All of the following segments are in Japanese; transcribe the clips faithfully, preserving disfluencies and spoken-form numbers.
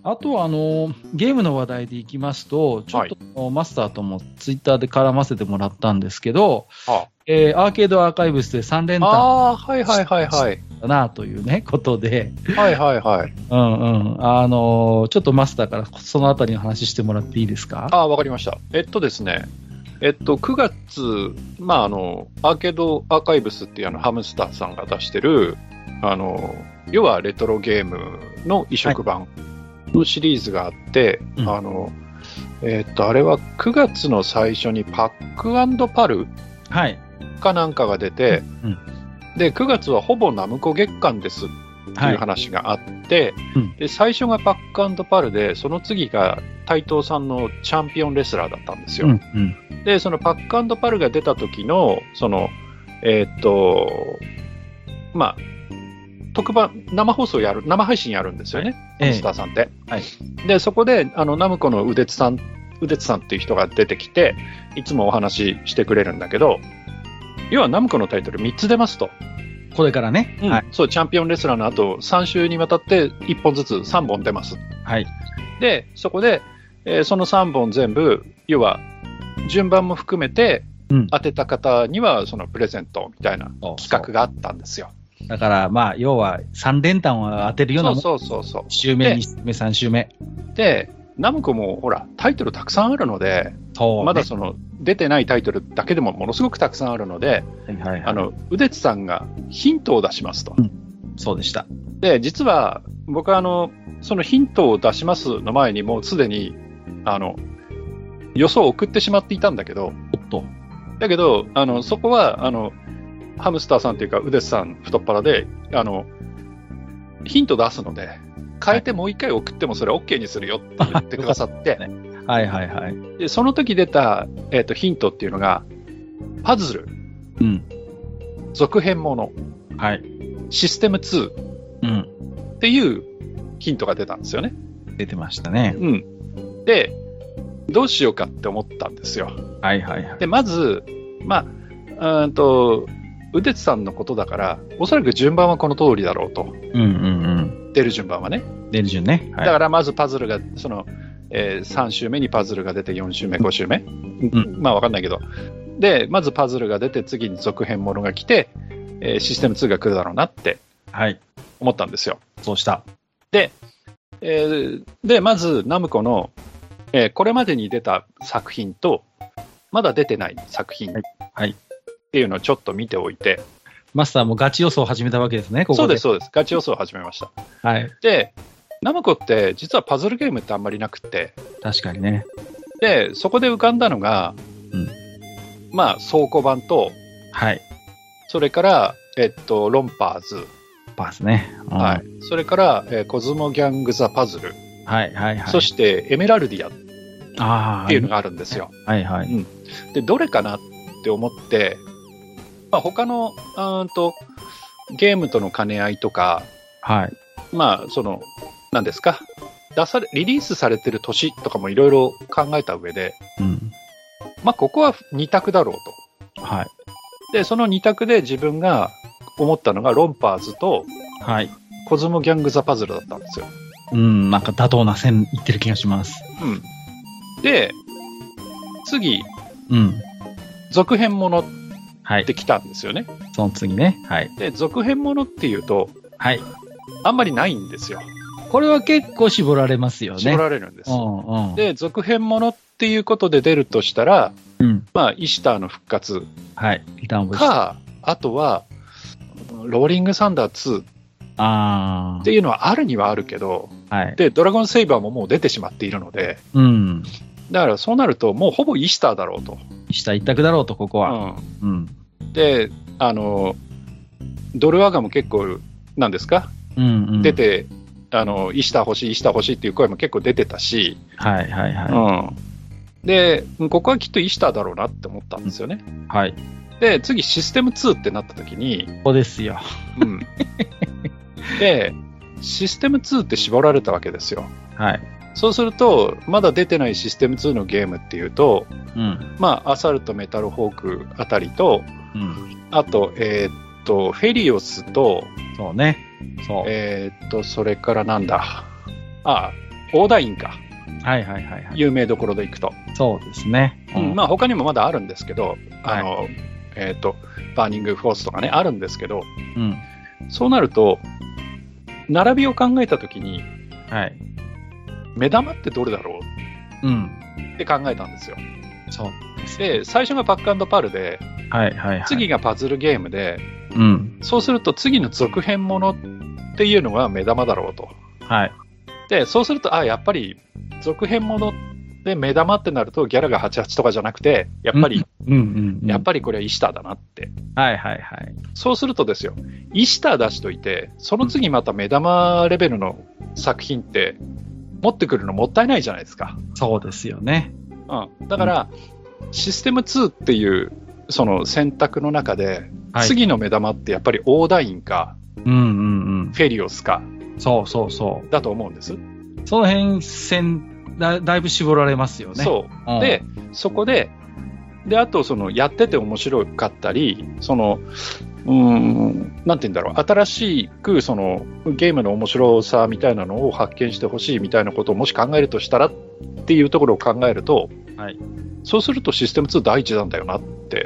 あとはあのゲームの話題でいきますと、ちょっとマスターともツイッターで絡ませてもらったんですけど、 あえー、アーケードアーカイブスでさん連単あー、はいはいはいはい。 だなというね、ことで、 はいはいはい。 うんうん。あのー、ちょっとマスターからそのあたりの話してもらっていいですか？ ああ、わかりました。えっとですね、えっと、くがつ、まあ、あの、アーケードアーカイブスっていうあの、ハムスターさんが出してる、あの、要はレトロゲームの移植版のシリーズがあって、はい、あの、えっと、あれはくがつの最初にパック&パルかなんかが出て、はいうんうん、で、くがつはほぼナムコ月間ですっていう話があって、はいうん、で、最初がパック&パルで、その次が台東さんのチャンピオンレスラーだったんですよ。うんうん、で、そのパック&パルが出た時の、その、えー、っと、まあ、特番、生放送やる、生配信やるんですよね、ハムスターさんって。はい、で、そこで、あの、ナムコのうでつさん、うでつさんっていう人が出てきて、いつもお話ししてくれるんだけど、要はナムコのタイトルみっつ出ますと。 これからね、 うんはい。そう、チャンピオンレスラーの後、さん週にわたっていっぽんずつさんぼん出ます。 はい。 で、そこで、えー、そのさんぼん全部、要は、順番も含めて、当てた方には、そのプレゼントみたいな企画があったんですよ。 そうそうだから、まあ、要は、さん連単を当てるようなもん。 そうそうそうそう。 週目、に週目、さん週目。 で、ナムコも、ほら、タイトルたくさんあるので、ね、まだその、出てないタイトルだけでもものすごくたくさんあるので、はいはいはい、あの、うでつさんがヒントを出しますと。うん、 そうでした。 で、実は、僕はあの、そのヒントを出しますの前にもうすでに、あの、予想を送ってしまっていたんだけど、 おっと。 だけど、あの、そこは、あの、ハムスターさんというか、うでつさん太っ腹で、あの、ヒント出すので、変えてもう一回送ってもそれ OK にするよって言ってくださって、 はいはいはい。 で、その時出た、えーと、ヒントっていうのが、パズル、うん、続編もの、はい、システムツー、うん、っていうヒントが出たんですよね。 出てましたね。 うん。で、どうしようかって思ったんですよ。 はいはいはい。 で、まず、まあ、うんと、うでつさんのことだから、おそらく順番はこの通りだろうと。うんうんうん。出る順番はね。 出る順ね。 はい、だからまずパズルが、その、えー、さん週目にパズルが出てよん週目、ご週目、うん、まあわかんないけど。で、まずパズルが出て次に続編ものが来て、えー、システムツーが来るだろうなって思ったんですよ。 はい、そうした。 で、えー、で、まずナムコの、えー、これまでに出た作品と、まだ出てない作品っていうのをちょっと見ておいて。 マスターもガチ予想を始めたわけですね、ここで。 そうです、そうです。ガチ予想を始めました。 はい。 で、ナムコって実はパズルゲームってあんまりなくて。 確かにね。 で、そこで浮かんだのが、うん、まあ、倉庫版と、 はい。 それから、えっと、ロンパーズ。 パーズね。 うん、はい。それから、えー、コズモギャング・ザ・パズル。 はいはいはい。 そして、エメラルディアっていうのがあるんですよ。 はいはい。うん。 で、どれかなって思って、まあ、他の、うんと、ゲームとの兼ね合いとか、はい。まあ、その、何ですか、出され、リリースされてる年とかもいろいろ考えた上で、うん。まあ、ここはに択だろうと。はい。で、そのに択で自分が思ったのが、ロンパーズと、はい。コズモギャング・ザ・パズルだったんですよ。 うん、なんか妥当な線いってる気がします。 うん。で、次、うん。続編ものってきたんですよね。 はい、その次ね。はい。 で、続編ものっていうと、はい。あんまりないんですよ。 これは結構絞られますよね。 絞られるんです。うんうん、で、続編ものっていうことで出るとしたら、うん、まあ、イシターの復活。 はい。リターンオブか、あとは、ローリングサンダーツー。あっていうのはあるにはあるけど、はい、で、ドラゴンセイバーももう出てしまっているので、うん、だからそうなると、もうほぼイシターだろうと。 イシター一択だろうと、ここは。 うんうん、で、あの、ドルワガも結構、なんですか、うんうん、出て、あの、イシター欲しい、イシター欲しいっていう声も結構出てたし、はいはいはい。うん、で、ここはきっとイシターだろうなって思ったんですよね。はい。で、次システムツーってなった時に、 ここですよ。うん。 で、システムツーって絞られたわけですよ。はい。そうすると、まだ出てないシステムツーのゲームっていうと、うん、まあ、アサルト、メタルホークあたりと、うん、あと、えー、っと、フェリオスと、 そうね。そう。 えー、っと、それからなんだ。あ、 大ダインか。 はいはいはいはい。 有名どころで行くと。 そうですね。 うん、まあ他にもまだあるんですけど、あの、 はえっ、と、バーニングフォースとかね、あるんですけど、 うん。 そうなると、並びを考えたときに、 はい。 目玉ってどれだろううん。 って考えたんですよ。 そうです。 で、最初がパック&パルで、 はいはいはい。 次がパズルゲームで、 うん。 そうすると次の続編ものっていうのが目玉だろうと。 はい。 で、そうすると、あ、やっぱり続編もので目玉ってなるとギャラがはちじゅうはちとかじゃなくて、やっぱり、 うんうんうん。 やっぱりこれはイシターだなって。 はいはいはい。 そうするとですよ、イシター出しといて、その次また目玉レベルの作品って持ってくるのもったいないじゃないですか。 そうですよね。 うん。だから、システムツーっていうその選択の中で、 はい、 次の目玉ってやっぱりオーダインか、 うんうんうん、 フェリオスか、 そうそうそうだと思うんです。 その辺線だ、だいぶ絞られますよね。 そう。うん、で、そこで、で、あと、その、やってて面白かったり、その、うーん、なんて言うんだろう、新しく、その、ゲームの面白さみたいなのを発見してほしいみたいなことをもし考えるとしたらっていうところを考えると、 はい、 そうするとシステムツー第一弾だよなって。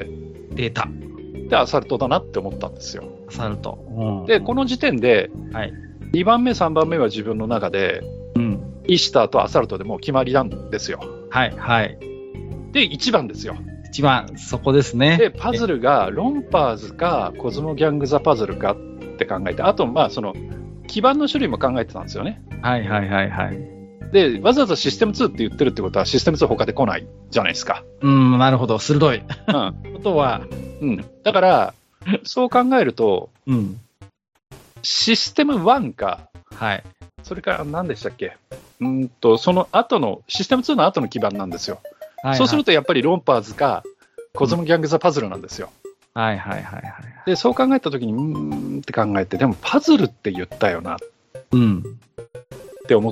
データ。 で、アサルトだなって思ったんですよ。 アサルト。うん、 で、この時点で、 はい、 にばんめ、さんばんめは自分の中で、 うん、 イシターとアサルトでもう決まりなんですよ。 はい、はい。 で、いちばんですよ。 一番、そこですね。 で、パズルがロンパーズかコズモギャング・ザ・パズルかって考えて、あと、まあ、その、基盤の種類も考えてたんですよね。 はいはいはいはい。 で、わざわざシステムツーって言ってるってことは、システムツー他で来ないじゃないですか。 うん、なるほど、鋭い。 うん。 ことは、 うん。だから、そう考えると、 うん。 システムワンか、 はい。 それから何でしたっけうんと、その後の、システムツーの後の基盤なんですよ。はいはい、そうするとやっぱりロンパーズか、コズモギャング・ザ・パズルなんですよ。 うん、はいはいはいはい。 で、そう考えたときに、うーんって考えて、でもパズルって言ったよな。 うん。 って思って。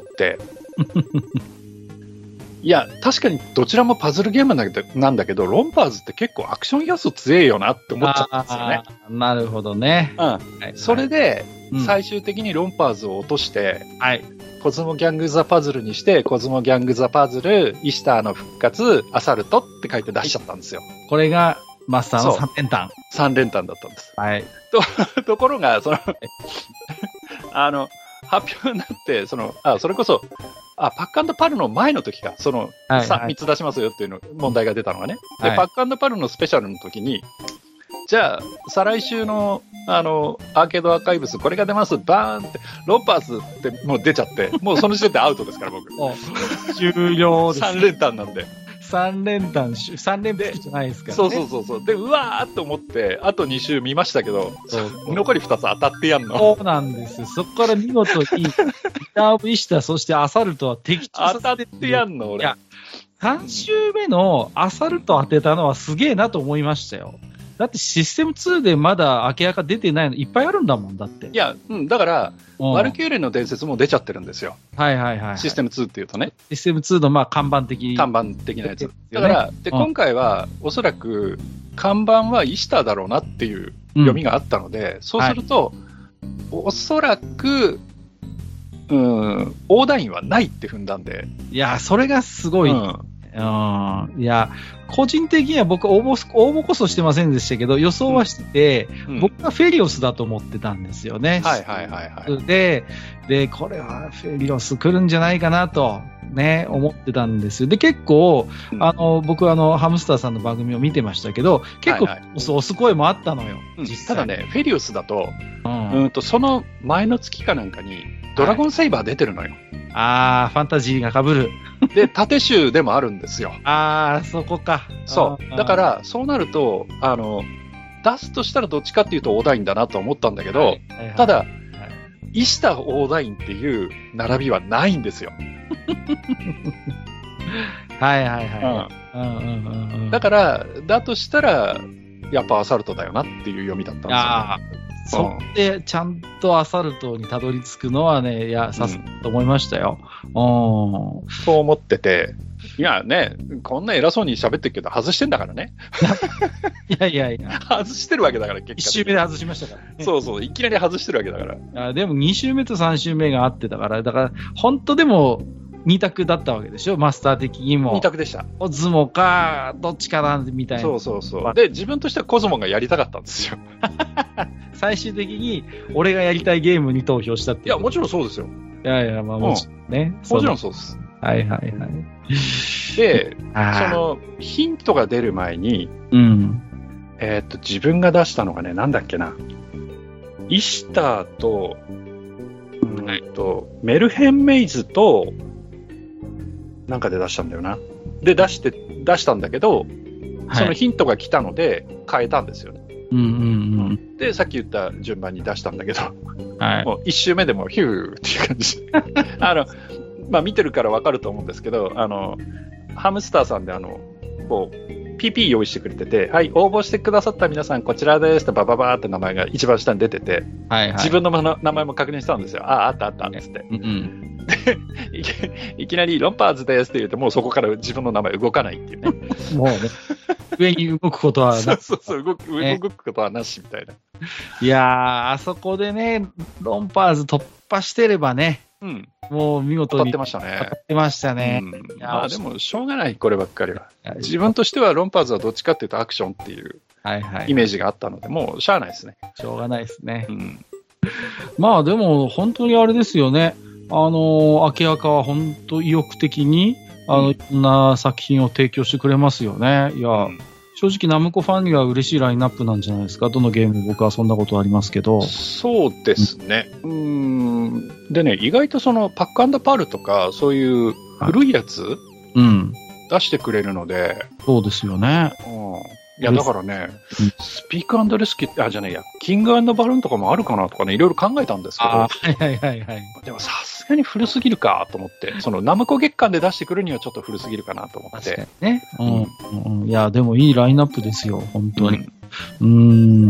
いや、確かにどちらもパズルゲームなんだけど、ロンパーズって結構アクション要素強えよなって思っちゃったんですよね。 なるほどね。 うん。はい、それで、 うん、 最終的にロンパーズを落として、 はい。 コズモギャング・ザ・パズルにして、コズモギャング・ザ・パズル、イシターの復活、アサルトって書いて出しちゃったんですよ。 これがマスターのさん連単。 さん連単だったんです。 はい。 と、ところが、その、あの、発表になって、その、あ、それこそ、あ、パック&パルの前の時か、その、はいはい、さみっつ出しますよっていうの、問題が出たのがね。で、はい、パック&パルのスペシャルの時に、じゃあ、再来週の、あの、アーケードアーカイブス、これが出ます、バーンって、ロンパーズってもう出ちゃって、もうその時点でアウトですから、僕。 終了です。 さん連単なんで。 さん連単、さん連複じゃないですか、ね。 そうそうそうそう。で、うわーって思って、あとに週見ましたけど、残りふたつ当たってやんの。 そうなんですよ。そこから見事に、ギターオブイシタ、そしてアサルトは的中当たってやんの、俺。いや、 さん週目のアサルト当てたのはすげえなと思いましたよ。だってシステムツーでまだ明らか出てないのいっぱいあるんだもん、だって。 いや、うん、だから、ワルキューレの伝説も出ちゃってるんですよ。 はいはいはい、はい。 システムツーっていうとね。 システムツーのまあ看板的。 看板的なやつ。だから、で、今回はおそらく看板はイシターだろうなっていう読みがあったので、うん、そうすると、はい、おそらく、うん、オーダーインはないって踏んだんで。 いや、それがすごい。うんうん、いや、個人的には僕応募、応募こそしてませんでしたけど、予想はしてて、うん、僕はフェリオスだと思ってたんですよね。 はいはいはいはい。 で、で、これはフェリオス来るんじゃないかなと、ね、思ってたんですよ。で、結構、うん、あの、僕あの、ハムスターさんの番組を見てましたけど、結構、はいはい、押す声もあったのよ。 実際ただね、フェリオスだと、うん、うんと、その前の月かなんかに、ドラゴンセイバー出てるのよ。はい、 あー、ファンタジーが被る。 で、縦集でもあるんですよ。 あー、そこか。 そう。だから、そうなると、あの、出すとしたらどっちかっていうとオーダインだなと思ったんだけど、はいはいはい、ただ、はい、イシタオーダインっていう並びはないんですよ。 はいはいはい。うんうんうんうん、 だから、だとしたら、やっぱアサルトだよなっていう読みだったんですよ、ね。あそこでちゃんとアサルトにたどり着くのはね、いや、さすがと思いましたよ。うん、 そう思ってて、いやね、こんな偉そうに喋ってるけど、外してんだからね。 いやいやいや。 外してるわけだから、結果。 いち周目で外しましたから、ね。 そうそう、いきなり外してるわけだから。 あでもに周目とさん周目があってたから、だから、本当でも、 二択だったわけでしょ、マスター的にも。 二択でした。 コズモか、どっちかな、みたいな。 そうそうそう。で、自分としてはコズモがやりたかったんですよ。 最終的に、俺がやりたいゲームに投票したっていう。 いや、もちろんそうですよ。 いやいや、まあもちろんね。 もちろんそうです。 はいはいはい。 で、その、ヒントが出る前に、 うん。 えっと、自分が出したのがね、なんだっけな。イシターと、うんと、メルヘンメイズと、なんかで出したんだよな。で、出して、出したんだけど、はい、そのヒントが来たので、変えたんですよね。 うんうんうん。 で、さっき言った順番に出したんだけど、 はい、 もう一周目でもヒューっていう感じ。あの、まあ、見てるからわかると思うんですけど、あの、ハムスターさんであの、こう、ピーピー 用意してくれてて、はい、応募してくださった皆さんこちらですってバババーって名前が一番下に出てて、 はいはい、 自分の名前も確認したんですよ。ああ、あったあったっつって。 うんうん、 でいき、いきなりロンパーズですって言うと、もうそこから自分の名前動かないっていうね。 もうね、上に動くことはなし。 そうそうそう、動く、ね、動くことはなしみたいな。 いやー、あそこでね、ロンパーズ突破してればね、 うん、 もう見事に当たってましたね。 当たってましたね。うん、 まあでもしょうがない、こればっかりは。自分としてはロンパーズはどっちかっていうとアクションっていうイメージがあったので、もうしゃあないですね。 しょうがないですね。 うん、 まあでも本当にあれですよね。あの、明らかは本当意欲的に、あの、いろんな作品を提供してくれますよね。いや、うん、正直ナムコファンには嬉しいラインナップなんじゃないですか。どのゲームも僕はそんなことありますけど。 そうですね。うん、うーん。でね、意外とそのパック&パールとか、そういう古いやつ、 うん、 出してくれるので。 そうですよね。 うんいや、だからね、うん、スピーク&レスキュー、あ、じゃねえや、キング&バルーンとかもあるかなとかね、いろいろ考えたんですけど。 はいはいはいはい。 でもさすがに古すぎるかと思って、そのナムコ月間で出してくるにはちょっと古すぎるかなと思って。 確かにね。うん。うん、いや、でもいいラインナップですよ、本当に。うん、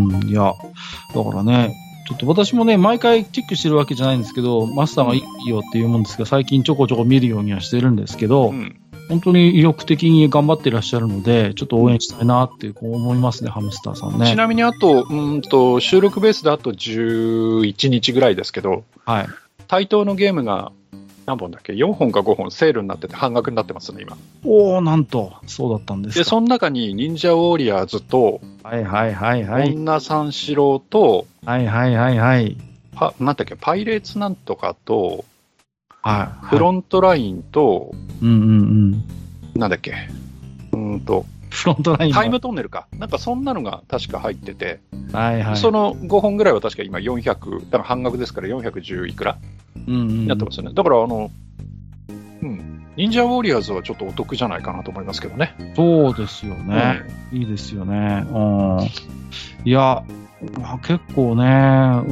ーん、いや、だからね、ちょっと私もね、毎回チェックしてるわけじゃないんですけど、マスターがいいよっていうもんですが、最近ちょこちょこ見るようにはしてるんですけど、うん本当に意欲的に頑張っていらっしゃるので、ちょっと応援したいなってこう思いますね、ハムスターさんね。 ちなみにあと、うんと、収録ベースであとじゅういちにちぐらいですけど、 はい。 対等のゲームが何本だっけ ?よん 本かごほんセールになってて半額になってますね、今。 おー、なんと、そうだったんですか。 で、その中に忍者ウォリアーズと、 はいはいはいはい。 女三四郎と、 はいはいはいはい。 パ、なんだっけ、パイレーツなんとかと、 はい。 フロントラインと、 うんうんうん。 なんだっけ、うんと、 フロントラインタイムトンネルか。なんかそんなのが確か入ってて、 はいはい。 そのごほんぐらいは確か今よんひゃく、だから半額ですからよんひゃくじゅういくらうんうん。 になってますよね。だからあの、うん。忍者ウォリアーズはちょっとお得じゃないかなと思いますけどね。 そうですよね。うん、いいですよね。うん。いや、まあ、結構ね、うん。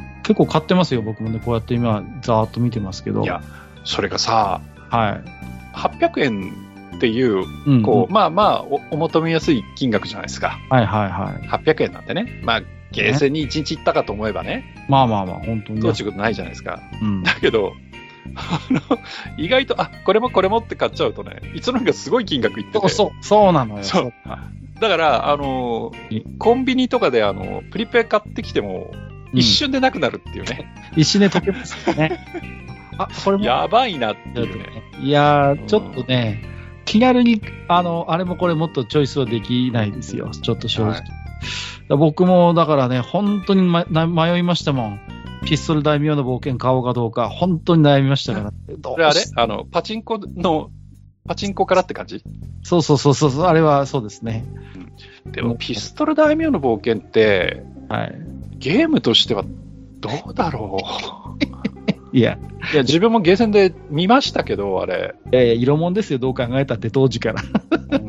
結構買ってますよ、僕もね。こうやって今、ざーっと見てますけど。 いや、それがさ、 はい。 はっぴゃくえんっていう、うんうん、こう、まあまあお、お求めやすい金額じゃないですか。 はいはいはい。 はっぴゃくえんなんてね。まあ、ゲーセンにいちにち行ったかと思えばね。 ねまあまあまあ、本当に、ね。 そういうことないじゃないですか。 うん、 だけど、あの、意外と、あ、これもこれもって買っちゃうとね、いつの間にかすごい金額いってて。 そうそう、そうなのよ。 そう。だから、あの、コンビニとかで、あの、プリペ買ってきても、一瞬でなくなるっていうね。 うん、一瞬で溶けますよね。 あ、これも。やばいなっていうね。 いやー、ちょっとね、気軽に、あの、あれもこれもっとチョイスはできないですよ。ちょっと正直。はい、僕も、だからね、本当に、ま、迷いましたもん。ピストル大名の冒険買おうかどうか、本当に悩みましたから。 それあれあの、パチンコの、パチンコからって感じそうそうそうそう、あれはそうですね。 うん、でも、ピストル大名の冒険って、 はい、 ゲームとしてはどうだろういや、 いや、自分もゲーセンで見ましたけど、あれ。 いやいや、色物ですよ、どう考えたって当時から。 うん、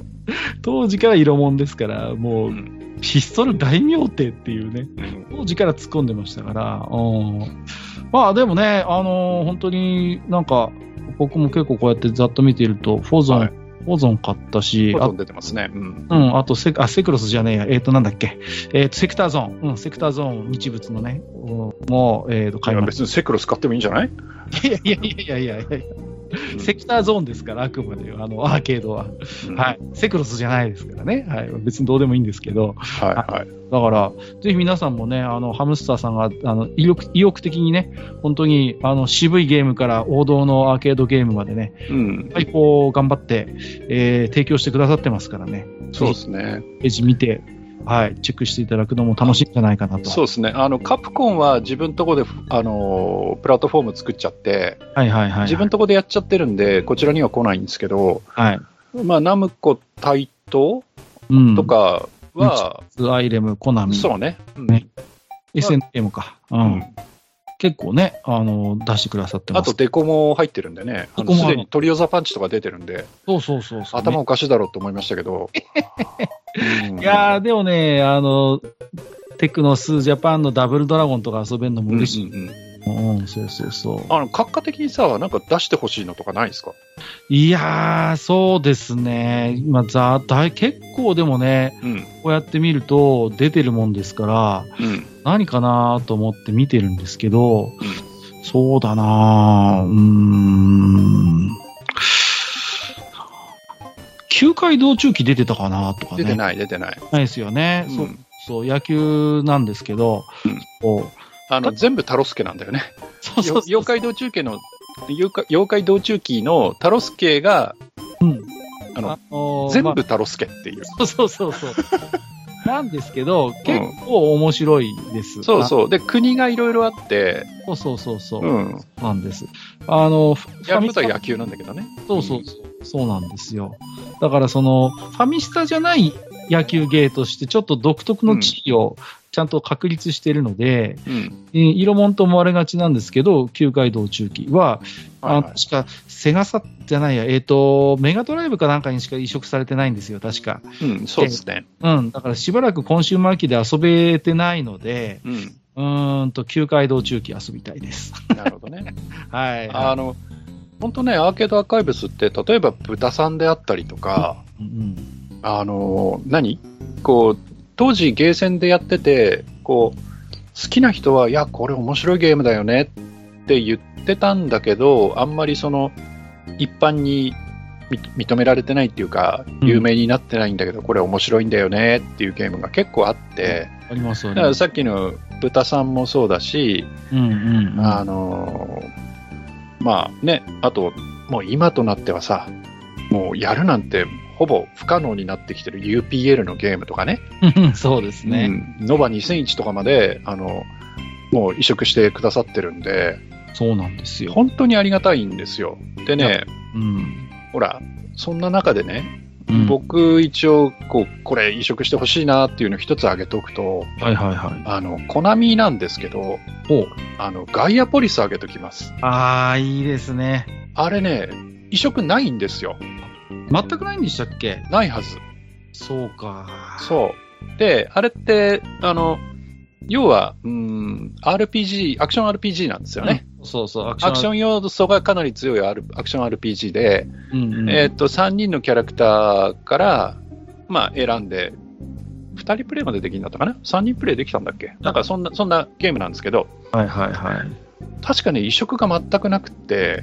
当時から色物ですから、もう、うんピストル大名帝っていうね、うん、当時から突っ込んでましたから、うん、まあでもね、あのー、本当になんか、僕も結構こうやってざっと見ていると、フォーゾン、はい、フォーゾン買ったし、 フォーゾン出てますね。うん。 うん、あとセ、あ、セクロスじゃねえや、えっ、ー、となんだっけ、えっ、ー、と、セクターゾーン、うん、セクターゾーン、日物のね、もう、えっ、ー、と、 買います。いや、別にセクロス買ってもいいんじゃないいやいやいやいやいやいやうん、 セクターゾーンですから、あくまで、あの、アーケードは。うん、はい。セクロスじゃないですからね。はい。別にどうでもいいんですけど。 はいはい。 だから、ぜひ皆さんもね、あの、ハムスターさんが、あの、意欲、意欲的にね、本当に、あの、渋いゲームから王道のアーケードゲームまでね、うん。やっぱりこう、頑張って、えー、提供してくださってますからね。 そうですね。 ページ見て、はい、チェックしていただくのも楽しいんじゃないかなと。 そうですね。あの、カプコンは自分のところで、あの、プラットフォーム作っちゃって、 はいはいはい、はい。 自分のところでやっちゃってるんで、こちらには来ないんですけど、 はい。 まあ、ナムコ、タイトとかは、 うん、アイレム、コナミ。 そうね。 うん、ね。エスエヌエム か。うん。うん、結構ね、あの、出してくださってます。 あと、デコも入ってるんでね。すでにトリオザパンチとか出てるんで。 そうそうそうそう、ね。 頭おかしいだろうと思いましたけど。 うん、いやー、でもね、あの、テクノスジャパンのダブルドラゴンとか遊べるのも嬉しい。うん、うんうん、そうそうそう。 あの、閣下的にさ、なんか出してほしいのとかないですか？ いやー、そうですね。今、ざだい結構でもね、うん、こうやって見ると出てるもんですから、うん、何かなと思って見てるんですけど、うん、そうだなー、うーん。きゅうかい道中記出てたかなとかね。 出てない、出てない。 ないですよね。うん、そう、そう、野球なんですけど、うん、こうあの、全部タロスケなんだよね。そうそうそうそう。妖怪道中記の、妖怪、妖怪道中記のタロスケが、うん。あの、あのー、全部タロスケっていう。 まあ、そうそうそうそう。なんですけど、結構面白いです。うん、 そうそう。で、国がいろいろあって、 そうそうそうそう。うん。なんです。あの、 やることは野球なんだけどね。 そうそうそう。うん、そうなんですよ。だからその、ファミスタじゃない野球ゲーとして、ちょっと独特の地位をちゃんと確立しているので、うん、色もんと思われがちなんですけど、きゅうかい道中記は、はいはい、あ確か、セガサじゃないや、えっ、ー、と、メガドライブかなんかにしか移植されてないんですよ、確か。 うん、そうですね。 うん、だからしばらくコンシューマー機で遊べてないので、うん、うーんと、きゅうかい道中記遊びたいです。 なるほどね。 はい、はい。 あの、本当ね、アーケードアーカイブスって、例えば豚さんであったりとか、うんうん、あの、何こう、当時ゲーセンでやってて、こう、好きな人は、いや、これ面白いゲームだよねって言ってたんだけど、あんまりその、一般に認められてないっていうか、有名になってないんだけど、うん、これ面白いんだよねっていうゲームが結構あって、 ありますよね。 だからさっきの豚さんもそうだし、 うんうんうん、 あの、まあね、あと、もう今となってはさ、もうやるなんて、ほぼ不可能になってきてる ユーピーエル のゲームとかね。 そうですね。 うん、ノバにせんいちとかまで、あの、もう移植してくださってるんで。 そうなんですよ。 本当にありがたいんですよ。でね、うん、ほら、そんな中でね、うん、僕一応、こう、これ移植してほしいなっていうのを一つ挙げておくと、 はいはいはい。 あの、コナミなんですけど、あの、ガイアポリス挙げときます。 ああ、いいですね。 あれね、移植ないんですよ。 全くないんでしたっけ？ ないはず。 そうか。 そう。で、あれって、あの、要は、うん、アールピージー、アクション アールピージー なんですよね。 うん、そうそう、 アクション。アクション要素がかなり強いアクション アールピージー で、うんうん、えっと、さんにんのキャラクターから、まあ、選んで、ふたりプレイまでできるんだったかな ?さんにんプレイできたんだっけなんかそんな、そんなゲームなんですけど。 はいはいはい。 確かね、移植が全くなくって、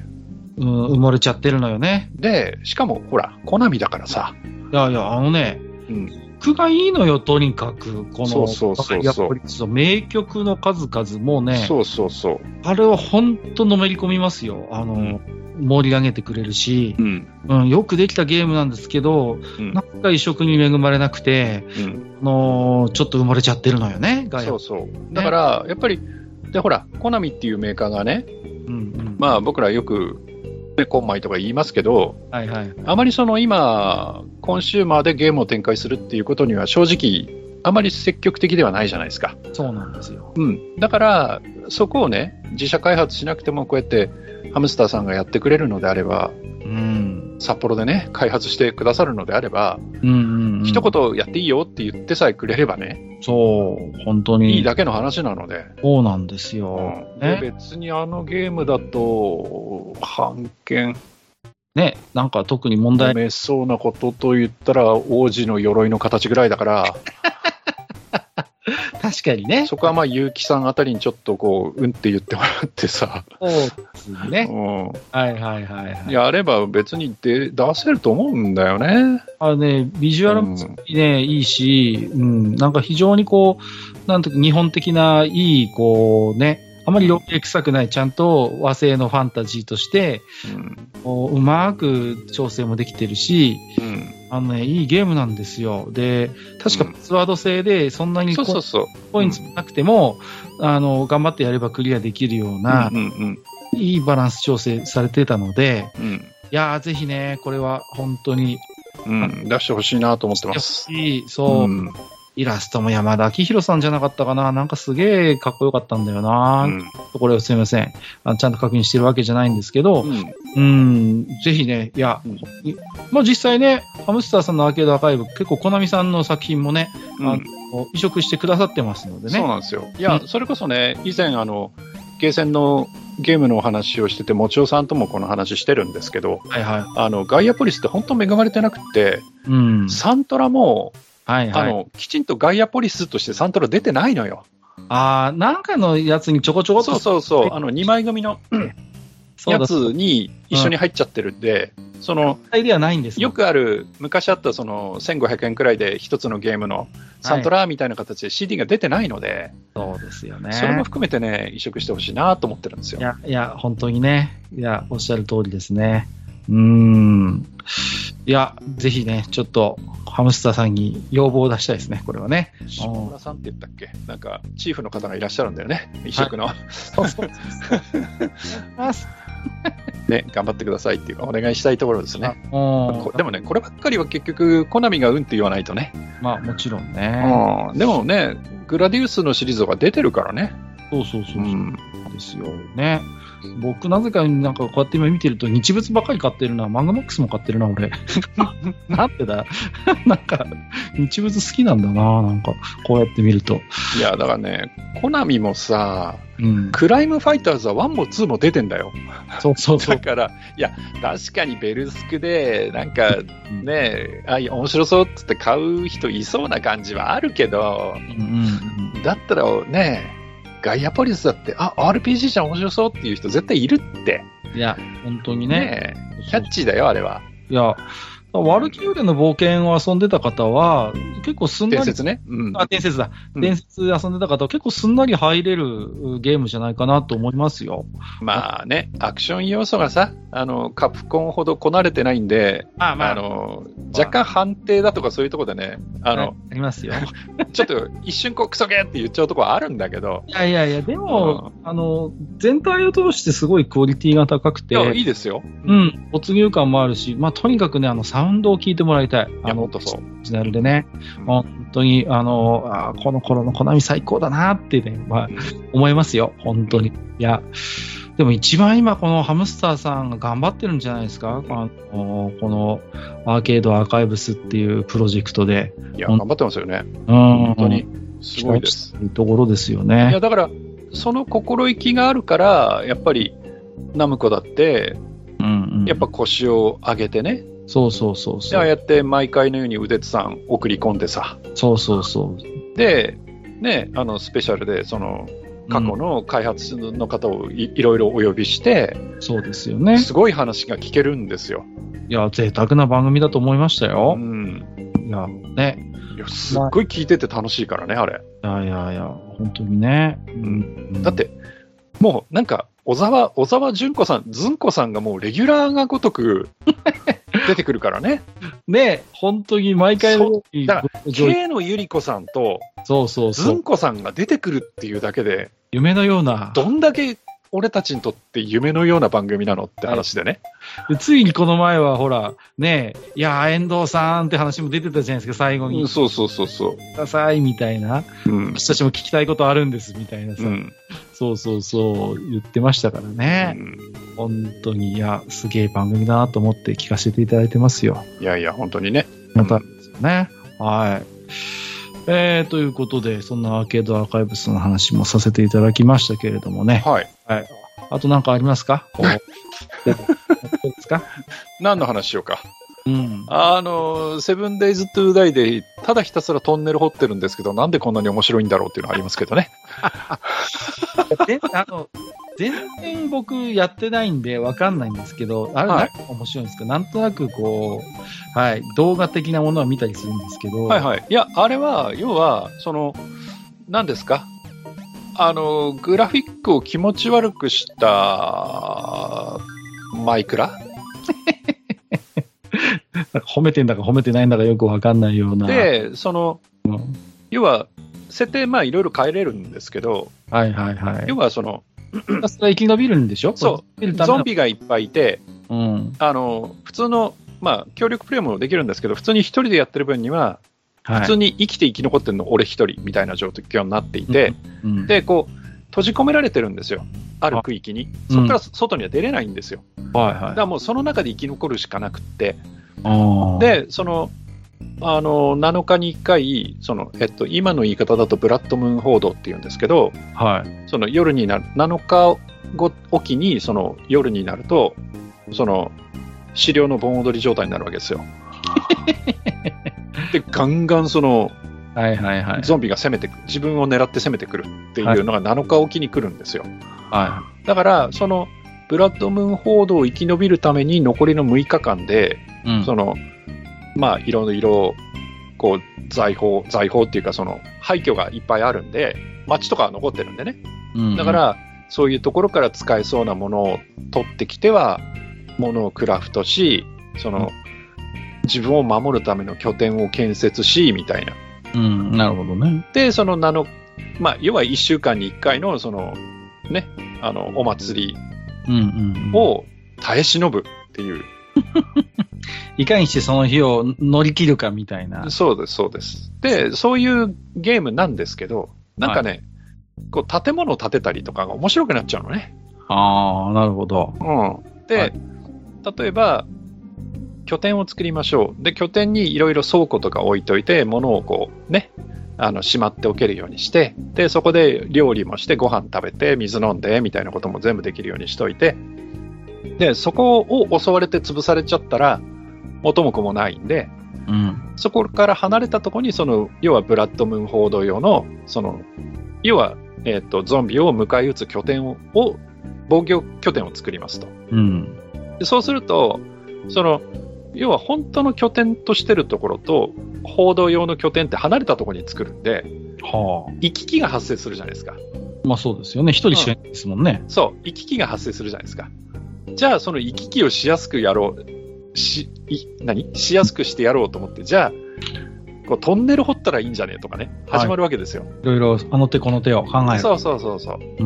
うん、埋もれちゃってるのよね。 で、しかも、ほら、コナミだからさ。 いやいや、あのね、うん。曲がいいのよ、とにかく。この、 そうそうそうそう。 名曲の数々もね。 そうそうそう。 あれは本当のめり込みますよ。あの、うん、盛り上げてくれるし、うんうん、よくできたゲームなんですけど、うん、なんか移植に恵まれなくて、うん、あのちょっと埋もれちゃってるのよね、ガイア。 そうそう。だから、やっぱり、で、ほら、コナミっていうメーカーがね、うんうん、まあ僕らよく、コンマイとか言いますけど、はいはい、あまりその今、コンシューマーでゲームを展開するっていうことには正直、あまり積極的ではないじゃないですか。 そうなんですよ。 うん。だから、そこをね、自社開発しなくてもこうやってハムスターさんがやってくれるのであれば、うん、札幌でね、開発してくださるのであれば、うんうんうん、一言やっていいよって言ってさえくれればね、 そう、本当に。 いいだけの話なので。 そうなんですよ。 うん、で別にあのゲームだと、版権。 ね、なんか特に問題。 揉めそうなことと言ったら、王子の鎧の形ぐらいだから。 確確かにね。 そこはまあ、結城さんあたりにちょっとこう、うんって言ってもらってさ。 そうですね。 うん。 はいはいはいはい。 やれば別に出、出せると思うんだよね。 あね、ビジュアルもね、いいし、うん、なんか非常にこう、なんとか日本的ないい、こうね、あまり老齢臭くない、ちゃんと和製のファンタジーとして、うん、こう、うまく調整もできてるし、うん、あのね、いいゲームなんですよ。で、確かパスワード制で、そんなにコインつなくても、うん、あの、頑張ってやればクリアできるような、うんうんうん、いいバランス調整されてたので、うん、いやー、ぜひね、これは本当に、 うん、出してほしいなと思ってます。 そう。うん、イラストも山田明宏さんじゃなかったかな。なんかすげえかっこよかったんだよな。うん、これはすみませんあ。ちゃんと確認してるわけじゃないんですけど、うん、うんぜひね、いや、うん、まあ実際ね、ハムスターさんのアーケードアーカイブ、結構コナミさんの作品もね、うん、あの移植してくださってますのでね。 そうなんですよ。いや、うん、それこそね、以前あの、ゲーセンのゲームのお話をしてて、もちおさんともこの話してるんですけど、はいはい、あのガイアポリスって本当恵まれてなくて、うん、サントラも、はいはい、あのきちんとガイアポリスとしてサントラ出てないのよ。 ああ、なんかのやつにちょこちょこっと。 そうそうそう、あのにまい組のやつに一緒に入っちゃってるんで、うん、そのではないんです、 よくある昔あったそのせんごひゃくえんくらいで一つのゲームのサントラみたいな形で シーディー が出てないので、 はい、そうですよね。 それも含めてね、移植してほしいなと思ってるんですよ。 いや、いや、本当にね、いや、おっしゃる通りですね。うーん。いや、ぜひね、ちょっと、ハムスターさんに要望を出したいですね、これはね。 下村さんって言ったっけ、なんか、チーフの方がいらっしゃるんだよね、移植の。はい、そうそうね、頑張ってくださいっていうか、お願いしたいところですね。でもね、こればっかりは結局、コナミがうんって言わないとね。 まあ、もちろんね。 でもね、グラディウスのシリーズが出てるからね。 そうそうそうそう。うん、ですよね。僕、なぜかなんかこうやって今見てると、日物ばっかり買ってるな、マンガマックスも買ってるな、俺。なんでだなんか、日物好きなんだな、なんか、こうやって見ると。 いや、だからね、コナミもさ、うん、クライムファイターズはワンもツーも出てんだよ。 そうそうそう。 だから、いや、確かにベルスクで、なんかね、あ、面白そうっつって買う人いそうな感じはあるけど、うんうん、だったらね、ガイアポリスだって、あ、アールピージー じゃ面白そうっていう人絶対いるって。 いや、本当にね。 ねキャッチーだよ、あれは。 いや、ワルキューレの冒険を遊んでた方は、結構すんなり。 伝説ね。 うん、あ、伝説だ。伝説で遊んでた方は結構すんなり入れるゲームじゃないかなと思いますよ。 まあね、アクション要素がさ、あの、カプコンほどこなれてないんで、あ、まあ、あの、若干判定だとかそういうところでね、あの、 ありますよ。 ちょっと一瞬こうクソゲーって言っちゃうところはあるんだけど。 いやいやいや、でも、うん、あの、全体を通してすごいクオリティが高くて。 いや、いいですよ。 うん、没入感もあるし、まあ、とにかくね、あの、サウンドを聞いてもらいたい。 あの、そう。 オリジナルでね、うん、本当に、あの、あこの頃のコナミ最高だなってね、まあ、思いますよ、本当に。いや、でも一番今このハムスターさんが頑張ってるんじゃないですか、あのこのアーケードアーカイブスっていうプロジェクトで。 いや、頑張ってますよね。 うん、 本当に。すごいです。 いいところですよね。 いや、だから、その心意気があるから、やっぱり、ナムコだって、うんうん、やっぱ腰を上げてね。 そうそうそうそう。 ああやって毎回のように腕津さん送り込んでさ。 そうそうそう。 で、ね、あの、スペシャルで、その、過去の開発の方を い, いろいろお呼びして、 そうですよね。 すごい話が聞けるんですよ。 いや、贅沢な番組だと思いましたよ。うん。いや、ね。 いや、すっごい聞いてて楽しいからね、あれ。 いやいやいや、本当にね。 うん。だって、もうなんか、小沢、小沢純子さん、ずんこさんがもうレギュラーがごとく出てくるからね。 ね、本当に毎回の。 だから、K のゆり子さんと、 そうそうそう。 ずんこさんが出てくるっていうだけで、 夢のような。 どんだけ俺たちにとって夢のような番組なのって話でね。 はい、ついにこの前はほら、ねえ、いや、遠藤さんって話も出てたじゃないですか、最後に。 うん、そうそうそうそう。 ください、みたいな。うん。私たちも聞きたいことあるんです、みたいなさ。うん、そうそうそう、言ってましたからね。うん、本当に、いや、すげえ番組だなと思って聞かせていただいてますよ。 いやいや、本当にね。 またですよね。はい。えー、ということで、そんなアーケードアーカイブスの話もさせていただきましたけれどもね。 はい。 はい。あと何かありますか？どうですか？ 何の話しようか。 ううん、 あの、セブンデイズ・トゥ・ダイで、ただひたすらトンネル掘ってるんですけど、なんでこんなに面白いんだろうっていうのはありますけどね。 であの全然僕やってないんでわかんないんですけど、あれ何が面白いんですか、はい、なんとなくこう、はい、動画的なものは見たりするんですけど。 はいはい。いや、あれは、要は、その、何ですか、あの、グラフィックを気持ち悪くしたマイクラなんか褒めてんだか褒めてないんだかよくわかんないような。 で、その、うん、要は、設定、まあいろいろ変えれるんですけど、 はいはいはい。 要はその、 ひたすら生き延びるんでしょ。 そう。ゾンビがいっぱいいて、 うん、 あの、普通の、まあ協力プレイもできるんですけど、普通に一人でやってる分には、普通に生きて生き残ってるの俺一人みたいな状況になっていて、うんうん、で、こう、閉じ込められてるんですよ。ある区域に。そこから外には出れないんですよ。 はいはい。 だからもうその中で生き残るしかなくって、で、その、あの、なのかにいっかい、その、えっと、今の言い方だとブラッドムーン報道って言うんですけど、 はい。 その夜になる、なのかごおきに、その夜になると、その、狩猟の盆踊り状態になるわけですよ。で、ガンガンその、 はいはいはい。 ゾンビが攻めてくる、自分を狙って攻めてくるっていうのがなのかおきに来るんですよ。 はい。 だから、その、ブラッドムーン報道を生き延びるために残りのむいかかんで、うん、その、まあ、いろいろ、こう、財宝、財宝っていうか、その、廃墟がいっぱいあるんで、街とかは残ってるんでね。うんうん、だから、そういうところから使えそうなものを取ってきては、ものをクラフトし、その、うん、自分を守るための拠点を建設し、みたいな。 うん、なるほどね。 で、その名の、まあ、要はいっしゅうかんにいっかいの、その、ね、あの、お祭りを耐え忍ぶっていう。 いかにしてその日を乗り切るかみたいな。 そうです、そうです。で、そういうゲームなんですけど、なんかね、はい、こう建物を建てたりとかが面白くなっちゃうのね。 ああ、なるほど。 うん。で、はい、例えば、拠点を作りましょう。で、拠点にいろいろ倉庫とか置いといて、物をこう、ね、あの、しまっておけるようにして、で、そこで料理もして、ご飯食べて、水飲んで、みたいなことも全部できるようにしといて、で、そこを襲われて潰されちゃったら、元も子もないんで、うん、そこから離れたところに、その、要はブラッドムーン報道用の、その、要は、えっと、ゾンビを迎え撃つ拠点を、を防御拠点を作りますと。 うん、 でそうすると、その、要は本当の拠点としてるところと、報道用の拠点って離れたところに作るんで、 はあ、 行き来が発生するじゃないですか。 まあそうですよね。一人しかいないですもんね、 うん。そう、行き来が発生するじゃないですか。じゃあ、その行き来をしやすくやろう、し、い、何しやすくしてやろうと思って、じゃあ、こうトンネル掘ったらいいんじゃねえとかね、始まるわけですよ。 いろいろ、あの手この手を考える。 そうそうそうそう。 うん。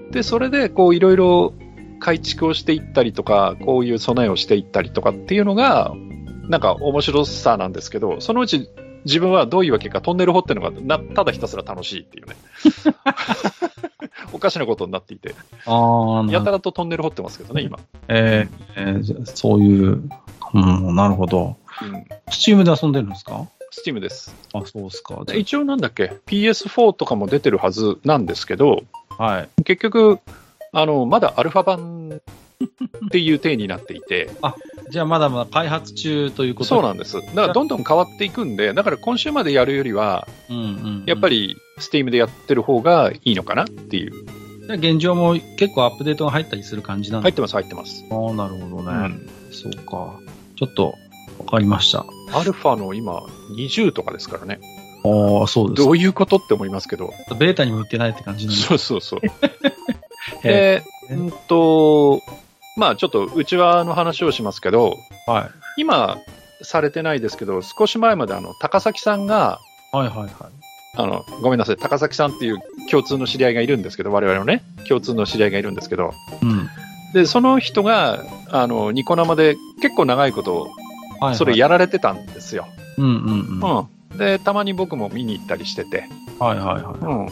で、それで、こう、いろいろ改築をしていったりとか、こういう備えをしていったりとかっていうのが、なんか面白さなんですけど、そのうち自分はどういうわけかトンネル掘ってるのがなただひたすら楽しいっていうね。おかしなことになっていて。 あやたらとトンネル掘ってますけどね、今。 えーえー、そういう、うん、なるほど。うん、スチームで遊んでるんですか？ スチームです。 あ、そうですか。 一応なんだっけ、ピーエスフォー とかも出てるはずなんですけど、 はい、 結局、あの、まだアルファ版っていう体になっていて。 あ、じゃあまだまだ開発中ということ？ そうなんです。だからどんどん変わっていくんで、だから今週までやるよりは、 うんうんうん、 やっぱり Steam でやってる方がいいのかなっていう。 現状も結構アップデートが入ったりする感じなんですか？ 入ってます、入ってます。 ああ、なるほどね、うん。そうか。ちょっとわかりました。 アルファの今にじゅうとかですからね。 ああ、そうです。 どういうことって思いますけど。 ベータにも行ってないって感じなんです。 そうそうそう。で、うんと、まあちょっと内輪の話をしますけど、 はい、 今されてないですけど、少し前まであの高崎さんが、 はいはいはい、 あのごめんなさい、高崎さんっていう共通の知り合いがいるんですけど、我々のね共通の知り合いがいるんですけど、 うん、 でその人があのニコ生で結構長いことそれやられてたんですよ。 うんうんうんうん、でたまに僕も見に行ったりしてて、 はいはいはい、 うん、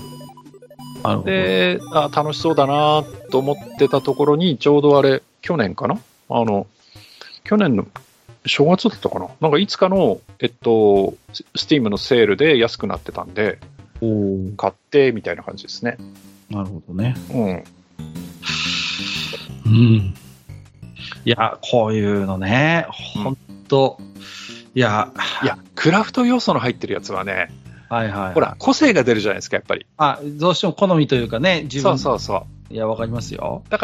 なるほど。で、あ、楽しそうだなと思ってたところに、ちょうどあれ、去年かなあの、去年の正月だったかななんかいつかの、えっと、Steam のセールで安くなってたんで、 お買って、みたいな感じですね。 なるほどね。 うん。 うん。いや、こういうのね、本当。いや、 いや、クラフト要素の入ってるやつはね、 はいはい、はい。 ほら、個性が出るじゃないですか、やっぱり。 あ、どうしても好みというかね、自分。 そうそうそう。 いや、わかりますよ。 だから、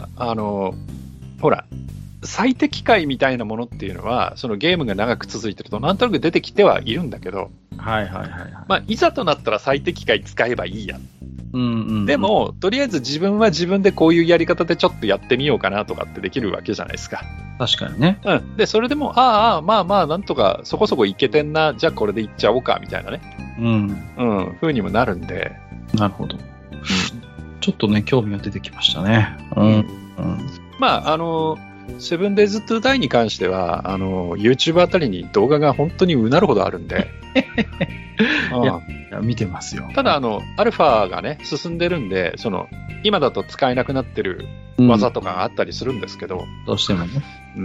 あの、ほら、最適解みたいなものっていうのは、そのゲームが長く続いてると、なんとなく出てきてはいるんだけど、 はいはいはい、はい。 まあ、いざとなったら最適解使えばいいや。 うんうんうん、 でも、とりあえず自分は自分でこういうやり方でちょっとやってみようかなとかってできるわけじゃないですか。 確かにね。 うん。で、それでも、ああ、まあまあ、なんとかそこそこいけてんな、じゃあこれでいっちゃおうか、みたいなね。 うん。 うん、風にもなるんで。 なるほど。うん、ちょっとね、興味が出てきましたね。うん。うん、 まあ、あの、セブンデイズトゥダイに関しては、あの、YouTube あたりに動画が本当にうなるほどあるんで。 うん、いや、いや見てますよ。 ただ、あの、アルファがね、進んでるんで、その、今だと使えなくなってる技とかがあったりするんですけど。 うん、どうしてもね。 うん。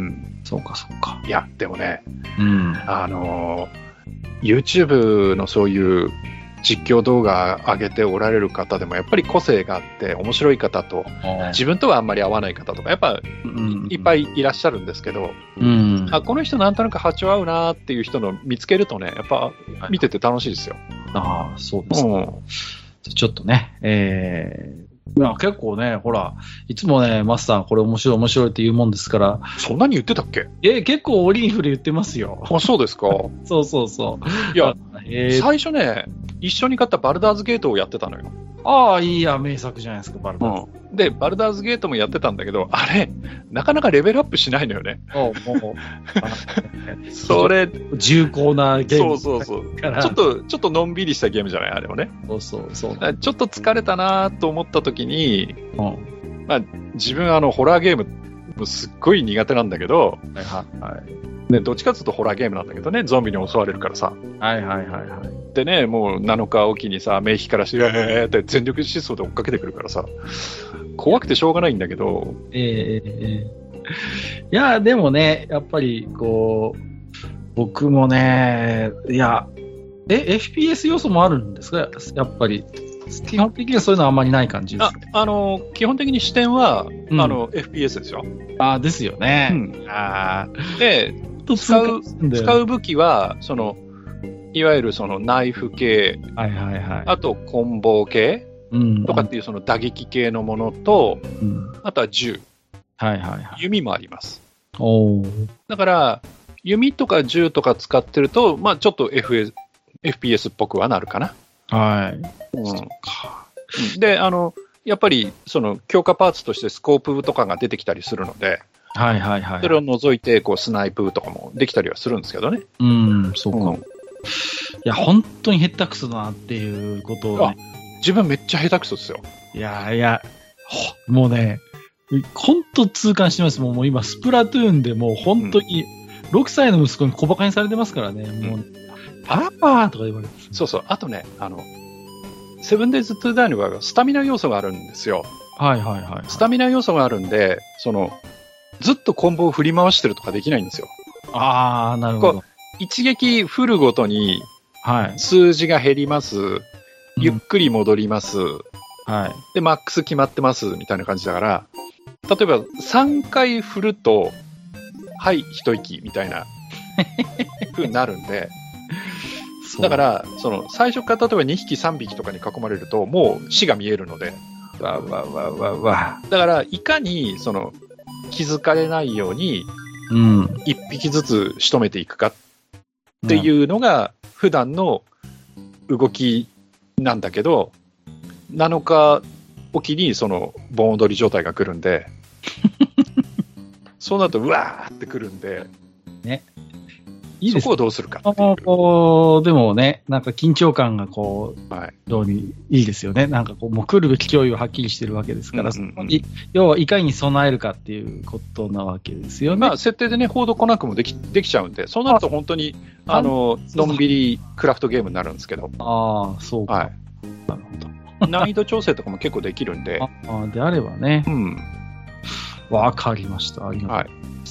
そうか、そうか。 いや、でもね、 うん、 あの、YouTube のそういう実況動画上げておられる方でもやっぱり個性があって面白い方と自分とはあんまり合わない方とかやっぱいっぱいいらっしゃるんですけど、 うん、 あこの人なんとなく波長合うなっていう人の見つけるとねやっぱ見てて楽しいですよ。 ああそうですね、うん、ちょっとね、えー、いや結構ねほらいつもねマスターこれ面白い面白いって言うもんですからそんなに言ってたっけ？ え結構折に触れ言ってますよ。 あそうですか。 そうそうそういや、えー、最初ね一緒に買ったバルダーズゲートをやってたのよ。 ああ、いいや、名作じゃないですか、バルダーズ。 うん、で、バルダーズゲートもやってたんだけど、あれ、なかなかレベルアップしないのよね。 おうもうそれ、 重厚なゲーム。 そうそうそう。ちょっと、ちょっとのんびりしたゲームじゃないあれもね。 そうそうそう。 ちょっと疲れたなと思った時に、 うんまあ、自分、あの、ホラーゲーム、すっごい苦手なんだけど、 はいはいはい。 ね、どっちかっていうとホラーゲームなんだけどね、ゾンビに襲われるからさ。 はいはいはいはい。 でね、もうなのかおきにさ、目光らして、えーって全力疾走で追っかけてくるからさ、怖くてしょうがないんだけど。 ええええ。いや、でもね、やっぱり、こう、僕もね、いや、え、エフピーエス 要素もあるんですかやっぱり。基本的にはそういうのはあんまりない感じですね。 あ、あの、基本的に視点は、うん、あの、エフピーエス ですよ。 ああ、ですよね。 うん、あで、使う、使う武器は、その、いわゆるそのナイフ系、 はいはいはい、 あと棍棒系、うん、とかっていうその打撃系のものと、うん、あとは銃、 はいはいはい、 弓もあります。 おだから、弓とか銃とか使ってると、まあちょっと エフエス、エフピーエス っぽくはなるかな。 はい。 うん、そうか。で、あの、やっぱりその強化パーツとしてスコープとかが出てきたりするので、 はいはいはい、 それを除いてこうスナイプとかもできたりはするんですけどね。 うん、そうか。うん、いや、本当に下手くそだなっていうことを、ね、 自分めっちゃ下手くそですよ。 いやいや、もうね、本当痛感してます。もう、もう今、スプラトゥーンでもう本当にろくさいの息子に小馬鹿にされてますからね。うん、もう、パパーとか言われて。 そうそう。あとね、あの、セブンデイズトゥダイの場合はスタミナ要素があるんですよ。 はいはいはい、はい。 スタミナ要素があるんで、その、ずっとコンボを振り回してるとかできないんですよ。 ああ、なるほど。 一撃振るごとに、数字が減ります、はい。ゆっくり戻ります、うん。 はい。 で、マックス決まってます、みたいな感じだから、例えばさんかい振ると、はい、一息、みたいな、風になるんで、だから、その、最初から例えばにひきさんびきとかに囲まれると、もう死が見えるので。 わわわわわ。 だから、いかに、その、気づかれないように、一匹ずつ仕留めていくかっていうのが、普段の動きなんだけど、なのかおきに、その、盆踊り状態が来るんで、そうなると、うわーって来るんで、 ね。 いいですね、そこをどうするかっていう。 こうでもね、なんか緊張感がこう、 はい、 どうにいいですよね。なんかこう、もう来るべき脅威ははっきりしてるわけですから、うんうんうん、要はいかに備えるかっていうことなわけですよね。 まあ、設定でね、報道来なくもでき、できちゃうんで、そうなると本当に、あ、あの、のんびりクラフトゲームになるんですけど。 ああ、そうか。 はい。なるほど。難易度調整とかも結構できるんで。 ああ、であればね。 うん。 わかりました。ありがとうございます。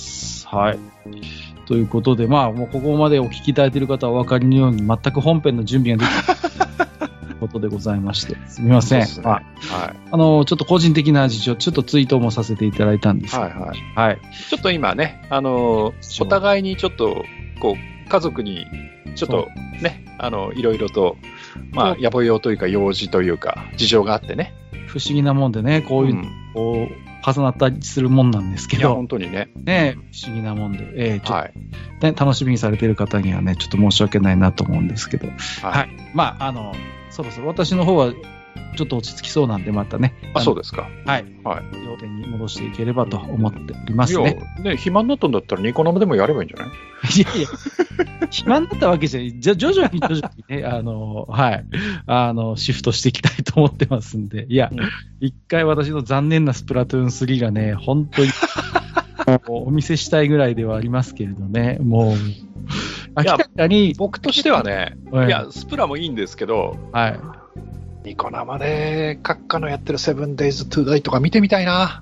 はい。はいということで、まあ、もうここまでお聞きいただいている方はお分かりのように、全く本編の準備ができない。 ことでございまして、すみません。 そうですね。はい。 あの、ちょっと個人的な事情、ちょっとツイートもさせていただいたんですけど、 はいはい。 はい。 ちょっと今ね、あの、お互いにちょっと、こう、家族に、ちょっとね、あの、いろいろと、まあ、野暮用というか、用事というか、事情があってね。 不思議なもんでね、こういう、うん、こう、重なったりするもんなんですけど。いや、 本当にね。 ね、不思議なもんで、えー、ちょっと、はい、ね、楽しみにされている方にはね、ちょっと申し訳ないなと思うんですけど。はい。はい、まあ、あの、そろそろ私の方は、ちょっと落ち着きそうなんで、またね。 あ、そうですか。 はい。はい。要点に戻していければと思っておりますね。 いや、ね、暇になったんだったらニコ生でもやればいいんじゃない？ いやいや、暇になったわけじゃない。じゃ、徐々に徐々にね、あの、はい。あの、シフトしていきたいと思ってますんで。いや、一、うん、回私の残念なスプラトゥーンスリーがね、本当に、お見せしたいぐらいではありますけれどね、もう、明らかに。 僕としてはね、はい、いや、スプラもいいんですけど、 はい。 ニコ生で閣下のやってるセブンデイズトゥーダイとか見てみたいな。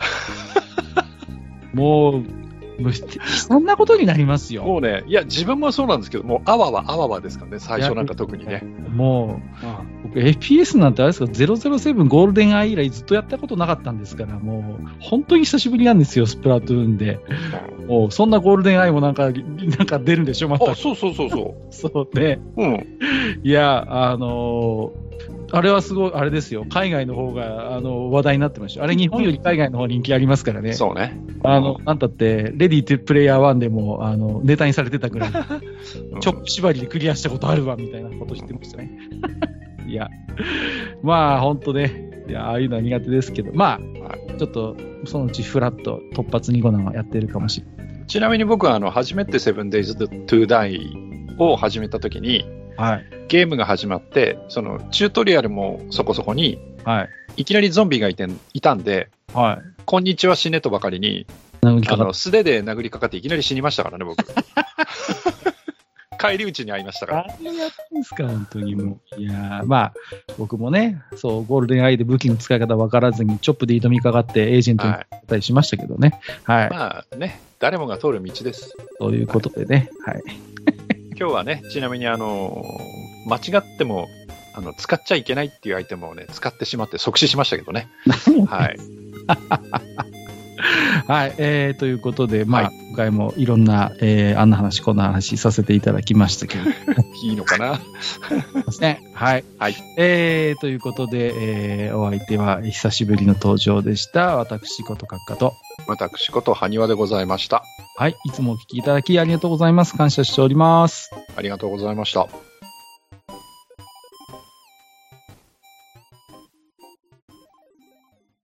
もう、悲惨なことになりますよ。 もうね、いや、自分もそうなんですけど、もう、あわわあわわですからね、最初なんか特にね。 もう、ああ僕、エフピーエス なんてあれですか、ゼロゼロセブンゴールデンアイ以来ずっとやったことなかったんですから、もう、本当に久しぶりなんですよ、スプラトゥーンで。もう、そんなゴールデンアイもなんか、なんか出るんでしょ、また。 あ、そうそうそうそう。 そうね。 うん。 いや、あのー、あれはすごい、あれですよ。海外の方が、あの、話題になってました。あれ日本より海外の方人気ありますからね。 そうね。 あの、なんたって、レディートゥプレイヤーワンでも、あの、ネタにされてたぐらい、チョップ縛りでクリアしたことあるわ、みたいなこと言ってましたね。いや、まあ、ほんとね、いや、ああいうのは苦手ですけど、まあ、ちょっと、そのうちフラット、突発ニコ生やってるかもしれない。 ちなみに僕は、あの、初めてセブンデイズトゥーダイを始めたときに、はい、ゲームが始まって、そのチュートリアルもそこそこに、はい、いきなりゾンビがいていたんで、はい、こんにちは死ねとばかりに、あの素手で殴りかかっていきなり死にましたからね、僕。帰り討ちに会いましたから。 何やってんですか、本当にもう。いやまあ、僕もね、そう、ゴールデンアイで武器の使い方分からずに、チョップで挑みかかってエージェントになったりしましたけどね。はい。はい、 まあね、誰もが通る道です。 ということでね、はい。はい今日はね、ちなみにあのー、間違ってもあの使っちゃいけないっていうアイテムをね、使ってしまって即死しましたけどね。はい。 はい、えー、ということで、まあ、はい、今回もいろんな、えー、あんな話、こんな話させていただきましたけど。 いいのかなですね。はい。 はい。 えー、ということで、えー、お相手は久しぶりの登場でした。私こと閣下と。 私こと埴輪でございました。 はい。いつもお聞きいただきありがとうございます。感謝しております。 ありがとうございました。